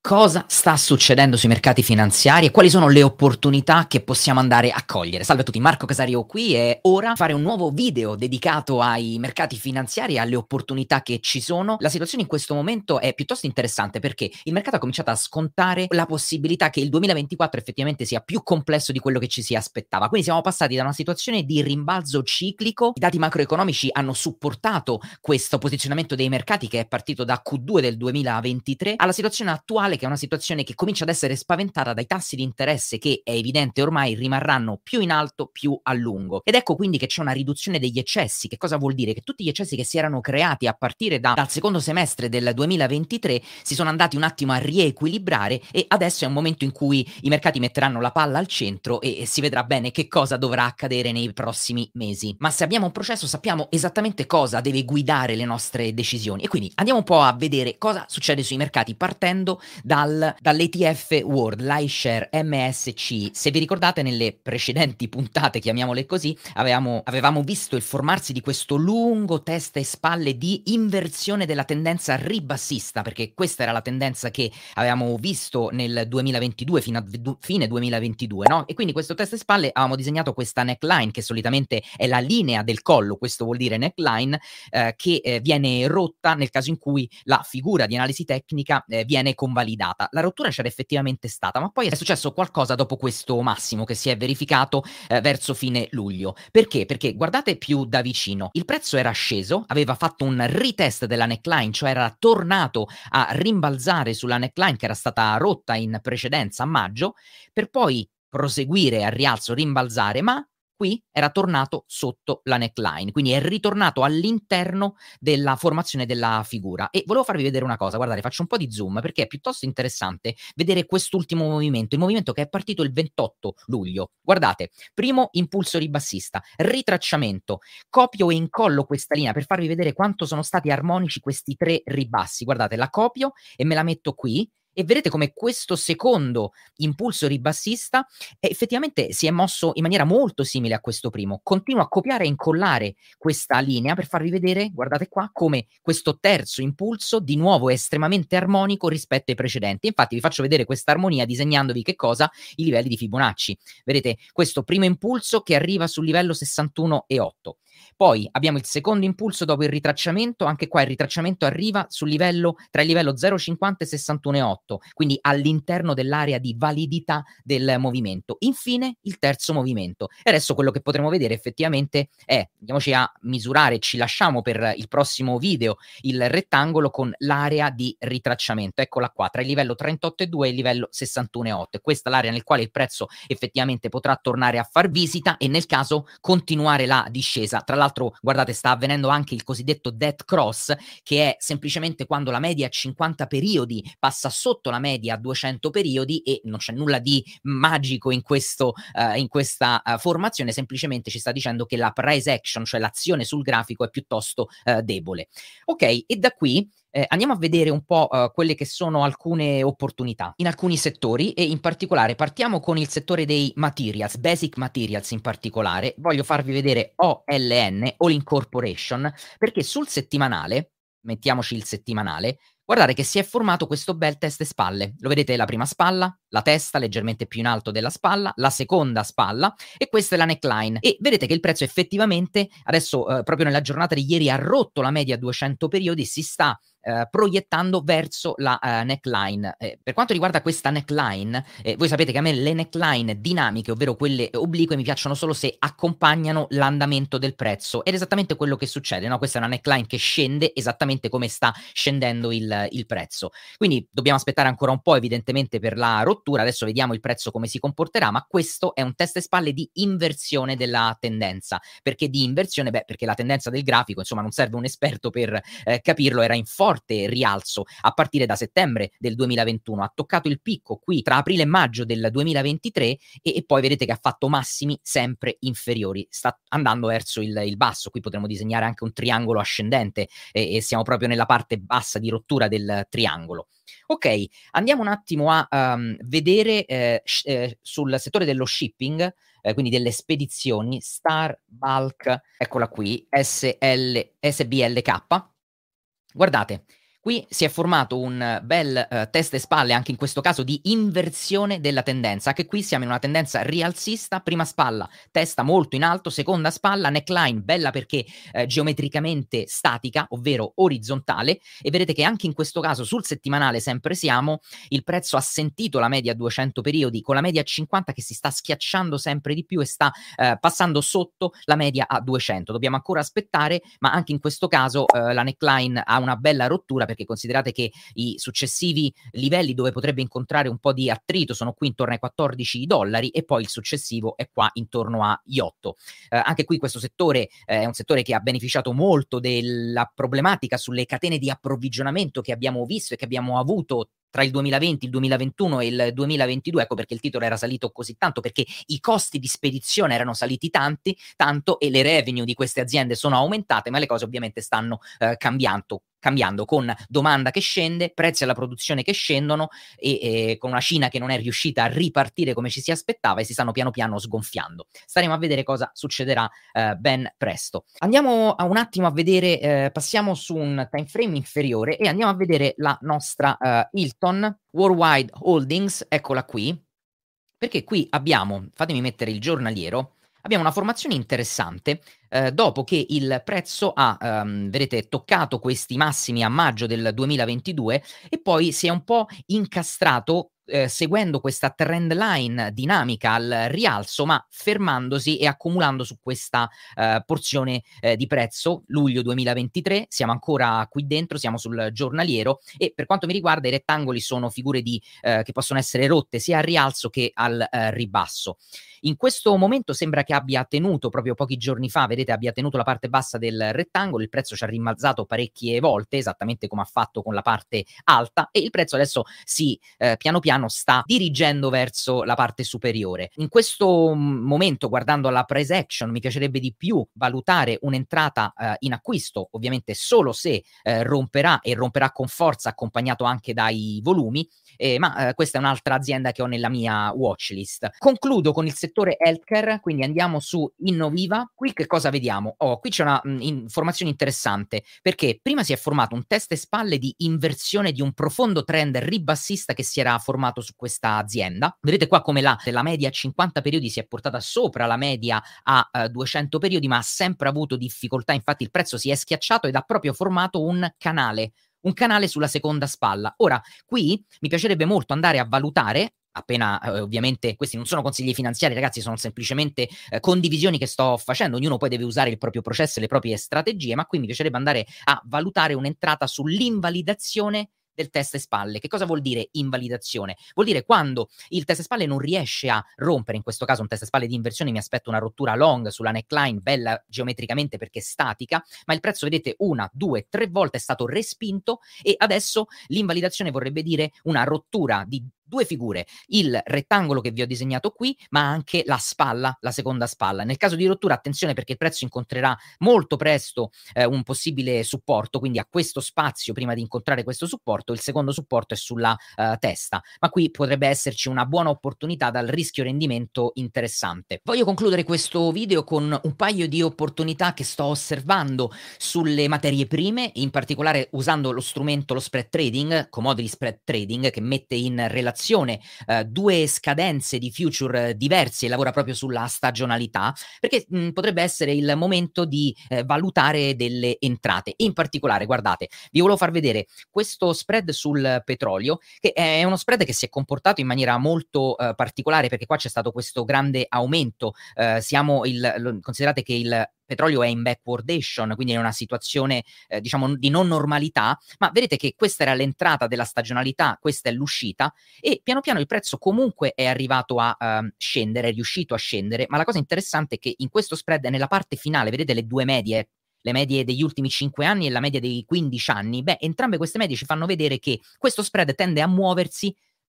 Cosa sta succedendo sui mercati finanziari e quali sono le opportunità che possiamo andare a cogliere? Salve a tutti, Marco Casario qui e ora fare un nuovo video dedicato ai mercati finanziari e alle opportunità che ci sono. La situazione in questo momento è piuttosto interessante perché il mercato ha cominciato a scontare la possibilità che il 2024 effettivamente sia più complesso di quello che ci si aspettava. Quindi siamo passati da una situazione di rimbalzo ciclico, i dati macroeconomici hanno supportato questo posizionamento dei mercati che è partito da Q2 del 2023 alla situazione attuale, che è una situazione che comincia ad essere spaventata dai tassi di interesse che è evidente ormai rimarranno più in alto più a lungo. Ed ecco quindi che c'è una riduzione degli eccessi. Che cosa vuol dire? Che tutti gli eccessi che si erano creati a partire dal secondo semestre del 2023 si sono andati un attimo a riequilibrare e adesso è un momento in cui i mercati metteranno la palla al centro e si vedrà bene che cosa dovrà accadere nei prossimi mesi. Ma se abbiamo un processo sappiamo esattamente cosa deve guidare le nostre decisioni e quindi andiamo un po' a vedere cosa succede sui mercati partendo dall'ETF World, l'iShare MSCI. Se vi ricordate nelle precedenti puntate, chiamiamole così, avevamo visto il formarsi di questo lungo testa e spalle di inversione della tendenza ribassista, perché questa era la tendenza che avevamo visto nel 2022 fino a fine 2022, no? E quindi questo testa e spalle avevamo disegnato questa neckline che solitamente è la linea del collo, questo vuol dire neckline, che viene rotta nel caso in cui la figura di analisi tecnica viene convalidata. La rottura c'era effettivamente stata, ma poi è successo qualcosa dopo questo massimo che si è verificato verso fine luglio. Perché? Perché guardate più da vicino, il prezzo era sceso, aveva fatto un retest della neckline, cioè era tornato a rimbalzare sulla neckline che era stata rotta in precedenza a maggio, per poi proseguire a rialzo, rimbalzare, ma qui era tornato sotto la neckline, quindi è ritornato all'interno della formazione della figura. E volevo farvi vedere una cosa, guardate, faccio un po' di zoom perché è piuttosto interessante vedere quest'ultimo movimento, il movimento che è partito il 28 luglio. Guardate, primo impulso ribassista, ritracciamento, copio e incollo questa linea per farvi vedere quanto sono stati armonici questi tre ribassi. Guardate, la copio e me la metto qui e vedete come questo secondo impulso ribassista effettivamente si è mosso in maniera molto simile a questo primo. Continuo a copiare e incollare questa linea per farvi vedere, guardate qua, come questo terzo impulso di nuovo è estremamente armonico rispetto ai precedenti. Infatti vi faccio vedere questa armonia disegnandovi che cosa? I livelli di Fibonacci. Vedete questo primo impulso che arriva sul livello 61,8. Poi abbiamo il secondo impulso dopo il ritracciamento, anche qua il ritracciamento arriva sul livello tra il livello 0,50 e 61,8, quindi all'interno dell'area di validità del movimento. Infine il terzo movimento. E adesso quello che potremo vedere effettivamente è, andiamoci a misurare, ci lasciamo per il prossimo video il rettangolo con l'area di ritracciamento. Eccola qua, tra il livello 38,2 e il livello 61,8. E questa è l'area nel quale il prezzo effettivamente potrà tornare a far visita e nel caso continuare la discesa. Tra l'altro, guardate, sta avvenendo anche il cosiddetto dead cross, che è semplicemente quando la media a 50 periodi passa sotto la media a 200 periodi e non c'è nulla di magico in questo in questa formazione, semplicemente ci sta dicendo che la price action, cioè l'azione sul grafico, è piuttosto debole. Ok, e da qui andiamo a vedere un po' quelle che sono alcune opportunità in alcuni settori e in particolare partiamo con il settore dei materials, basic materials in particolare. Voglio farvi vedere OLN, All Incorporation, perché sul settimanale, mettiamoci il settimanale, guardate che si è formato questo bel testa e spalle. Lo vedete la prima spalla, la testa leggermente più in alto della spalla, la seconda spalla e questa è la neckline. E vedete che il prezzo effettivamente adesso proprio nella giornata di ieri ha rotto la media a 200 periodi, si sta proiettando verso la neckline. Per quanto riguarda questa neckline, voi sapete che a me le neckline dinamiche, ovvero quelle oblique, mi piacciono solo se accompagnano l'andamento del prezzo ed è esattamente quello che succede, no? Questa è una neckline che scende esattamente come sta scendendo il prezzo. Quindi dobbiamo aspettare ancora un po' evidentemente per la rottura, adesso vediamo il prezzo come si comporterà, ma questo è un testa e spalle di inversione della tendenza. Perché di inversione? Beh, perché la tendenza del grafico, insomma, non serve un esperto per capirlo, era in forte rialzo a partire da settembre del 2021, ha toccato il picco qui tra aprile e maggio del 2023 e poi vedete che ha fatto massimi sempre inferiori, sta andando verso il basso. Qui potremmo disegnare anche un triangolo ascendente e siamo proprio nella parte bassa di rottura del triangolo. Ok, andiamo un attimo a vedere sul settore dello shipping, quindi delle spedizioni, Star Bulk, eccola qui, SBLK. Guardate, Qui si è formato un bel, testa e spalle, anche in questo caso di inversione della tendenza. Anche qui siamo in una tendenza rialzista, prima spalla, testa molto in alto, seconda spalla, neckline bella perché, geometricamente statica, ovvero orizzontale, e vedete che anche in questo caso sul settimanale sempre siamo, il prezzo ha sentito la media a 200 periodi, con la media a 50 che si sta schiacciando sempre di più e sta, passando sotto la media a 200. Dobbiamo ancora aspettare, ma anche in questo caso, la neckline ha una bella rottura, perché considerate che i successivi livelli dove potrebbe incontrare un po' di attrito sono qui intorno ai $14 e poi il successivo è qua intorno agli 8. Anche qui questo settore è un settore che ha beneficiato molto della problematica sulle catene di approvvigionamento che abbiamo visto e che abbiamo avuto tra il 2020, il 2021 e il 2022. Ecco perché il titolo era salito così tanto, perché i costi di spedizione erano saliti tanto e le revenue di queste aziende sono aumentate, ma le cose ovviamente stanno cambiando con domanda che scende, prezzi alla produzione che scendono e con una Cina che non è riuscita a ripartire come ci si aspettava e si stanno piano piano sgonfiando. Staremo a vedere cosa succederà ben presto. Andiamo un attimo a vedere, passiamo su un time frame inferiore e andiamo a vedere la nostra Hilton Worldwide Holdings, eccola qui, perché qui abbiamo, fatemi mettere il giornaliero, abbiamo una formazione interessante, dopo che il prezzo ha, vedete, toccato questi massimi a maggio del 2022 e poi si è un po' incastrato, seguendo questa trend line dinamica al rialzo, ma fermandosi e accumulando su questa, porzione, di prezzo. Luglio 2023, siamo ancora qui dentro, siamo sul giornaliero e per quanto mi riguarda i rettangoli sono figure che possono essere rotte sia al rialzo che al, ribasso. In questo momento sembra che abbia tenuto, proprio pochi giorni fa, vedete, abbia tenuto la parte bassa del rettangolo, il prezzo ci ha rimbalzato parecchie volte, esattamente come ha fatto con la parte alta, e il prezzo adesso piano piano sta dirigendo verso la parte superiore. In questo momento, guardando la price action, mi piacerebbe di più valutare un'entrata in acquisto, ovviamente solo se romperà e romperà con forza, accompagnato anche dai volumi, ma questa è un'altra azienda che ho nella mia watchlist. Concludo con il settore healthcare, quindi andiamo su Innoviva. Qui che cosa vediamo? Qui c'è una informazione interessante, perché prima si è formato un testa e spalle di inversione di un profondo trend ribassista che si era formato su questa azienda. Vedete qua come la media a 50 periodi si è portata sopra la media a 200 periodi, ma ha sempre avuto difficoltà, infatti il prezzo si è schiacciato ed ha proprio formato un canale sulla seconda spalla. Ora, qui mi piacerebbe molto andare a valutare, appena ovviamente questi non sono consigli finanziari, ragazzi, sono semplicemente condivisioni che sto facendo, ognuno poi deve usare il proprio processo e le proprie strategie, ma qui mi piacerebbe andare a valutare un'entrata sull'invalidazione del testa e spalle. Che cosa vuol dire invalidazione? Vuol dire quando il testa e spalle non riesce a rompere, in questo caso un testa e spalle di inversione, mi aspetto una rottura long sulla neckline, bella geometricamente perché statica, ma il prezzo, vedete, 1, 2, 3 volte è stato respinto e adesso l'invalidazione vorrebbe dire una rottura di due figure, il rettangolo che vi ho disegnato qui, ma anche la spalla, la seconda spalla. Nel caso di rottura, attenzione, perché il prezzo incontrerà molto presto un possibile supporto, quindi a questo spazio prima di incontrare questo supporto, il secondo supporto è sulla testa, ma qui potrebbe esserci una buona opportunità dal rischio rendimento interessante. Voglio concludere questo video con un paio di opportunità che sto osservando sulle materie prime, in particolare usando lo strumento, lo spread trading, commodity spread trading, che mette in relazione due scadenze di future diversi e lavora proprio sulla stagionalità, perché potrebbe essere il momento di valutare delle entrate. In particolare, guardate, vi volevo far vedere questo spread sul petrolio, che è uno spread che si è comportato in maniera molto particolare, perché qua c'è stato questo grande aumento. Considerate che il petrolio è in backwardation, quindi è una situazione diciamo di non normalità, ma vedete che questa era l'entrata della stagionalità, questa è l'uscita, e piano piano il prezzo comunque è arrivato a scendere, è riuscito a scendere, ma la cosa interessante è che in questo spread nella parte finale, vedete le due medie, le medie degli ultimi 5 anni e la media dei 15 anni, entrambe queste medie ci fanno vedere che questo spread tende a muoversi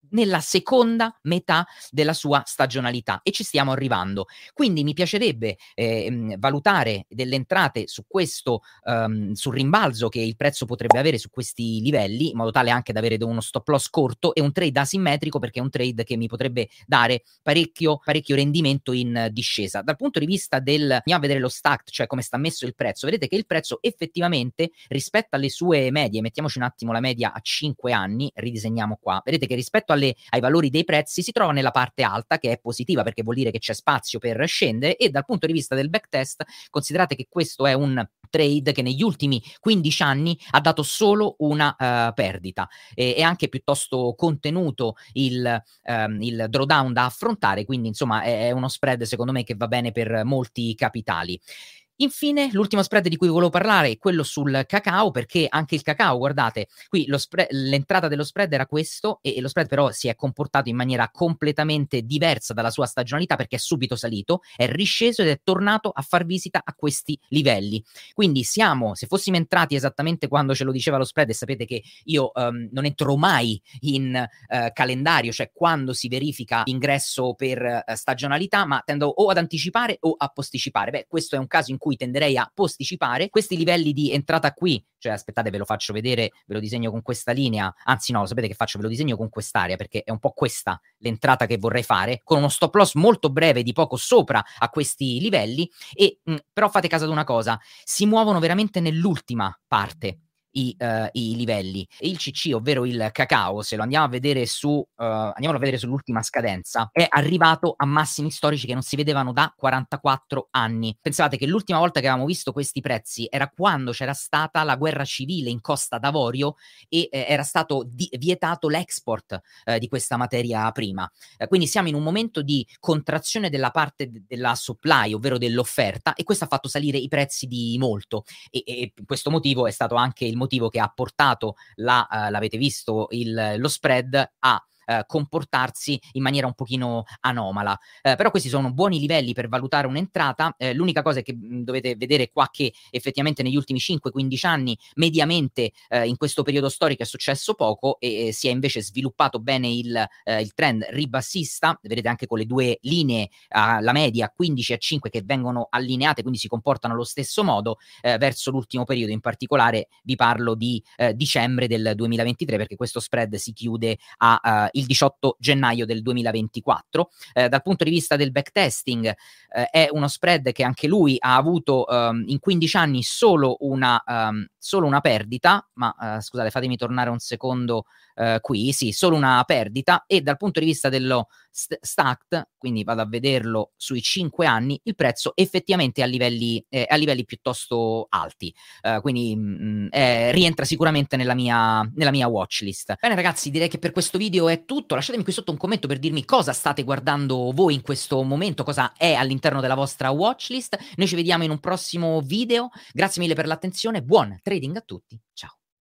nella seconda metà della sua stagionalità e ci stiamo arrivando. Quindi mi piacerebbe valutare delle entrate su questo, sul rimbalzo che il prezzo potrebbe avere su questi livelli, in modo tale anche da avere uno stop loss corto e un trade asimmetrico, perché è un trade che mi potrebbe dare parecchio rendimento in discesa. Dal punto di vista andiamo a vedere lo stacked, cioè come sta messo il prezzo, vedete che il prezzo effettivamente rispetto alle sue medie, mettiamoci un attimo la media a 5 anni, ridisegniamo qua, vedete che rispetto ai valori dei prezzi si trova nella parte alta, che è positiva perché vuol dire che c'è spazio per scendere, e dal punto di vista del backtest considerate che questo è un trade che negli ultimi 15 anni ha dato solo una perdita. È anche piuttosto contenuto il drawdown da affrontare, quindi insomma è uno spread secondo me che va bene per molti capitali. Infine, l'ultimo spread di cui volevo parlare è quello sul cacao, perché anche il cacao, guardate, qui l'entrata dello spread era questo, e lo spread però si è comportato in maniera completamente diversa dalla sua stagionalità, perché è subito salito, è risceso ed è tornato a far visita a questi livelli. Quindi se fossimo entrati esattamente quando ce lo diceva lo spread, e sapete che io non entro mai in calendario, cioè quando si verifica l'ingresso per stagionalità, ma tendo o ad anticipare o a posticipare. Beh, questo è un caso in cui tenderei a posticipare questi livelli di entrata qui, cioè aspettate, ve lo faccio vedere, ve lo disegno con questa linea, anzi no, lo sapete che faccio, ve lo disegno con quest'area, perché è un po' questa l'entrata che vorrei fare, con uno stop loss molto breve di poco sopra a questi livelli, e però fate caso ad una cosa, si muovono veramente nell'ultima parte i livelli, e il CC, ovvero il cacao, se lo andiamo a vedere andiamolo a vedere sull'ultima scadenza, è arrivato a massimi storici che non si vedevano da 44 anni. Pensate che l'ultima volta che avevamo visto questi prezzi era quando c'era stata la guerra civile in Costa d'Avorio e era stato vietato l'export di questa materia prima. Quindi siamo in un momento di contrazione della parte della supply, ovvero dell'offerta, e questo ha fatto salire i prezzi di molto, e questo motivo è stato anche il motivo che ha portato l'avete visto, lo spread a comportarsi in maniera un pochino anomala. Però questi sono buoni livelli per valutare un'entrata. L'unica cosa è che dovete vedere qua che effettivamente negli ultimi 5-15 anni mediamente in questo periodo storico è successo poco, e si è invece sviluppato bene il trend ribassista. Vedete anche con le due linee, la media 15 e 5 che vengono allineate, quindi si comportano allo stesso modo verso l'ultimo periodo. In particolare vi parlo di dicembre del 2023, perché questo spread si chiude il 18 gennaio del 2024. Dal punto di vista del backtesting è uno spread che anche lui ha avuto in 15 anni solo una perdita, ma scusate, fatemi tornare un secondo qui, sì, solo una perdita, e dal punto di vista dello stacked, quindi vado a vederlo sui 5 anni, il prezzo effettivamente è a livelli piuttosto alti, quindi rientra sicuramente nella mia watchlist. Bene ragazzi, direi che per questo video è tutto. Lasciatemi qui sotto un commento per dirmi cosa state guardando voi in questo momento, cosa è all'interno della vostra watchlist. Noi ci vediamo in un prossimo video, grazie mille per l'attenzione, buon trading a tutti, ciao!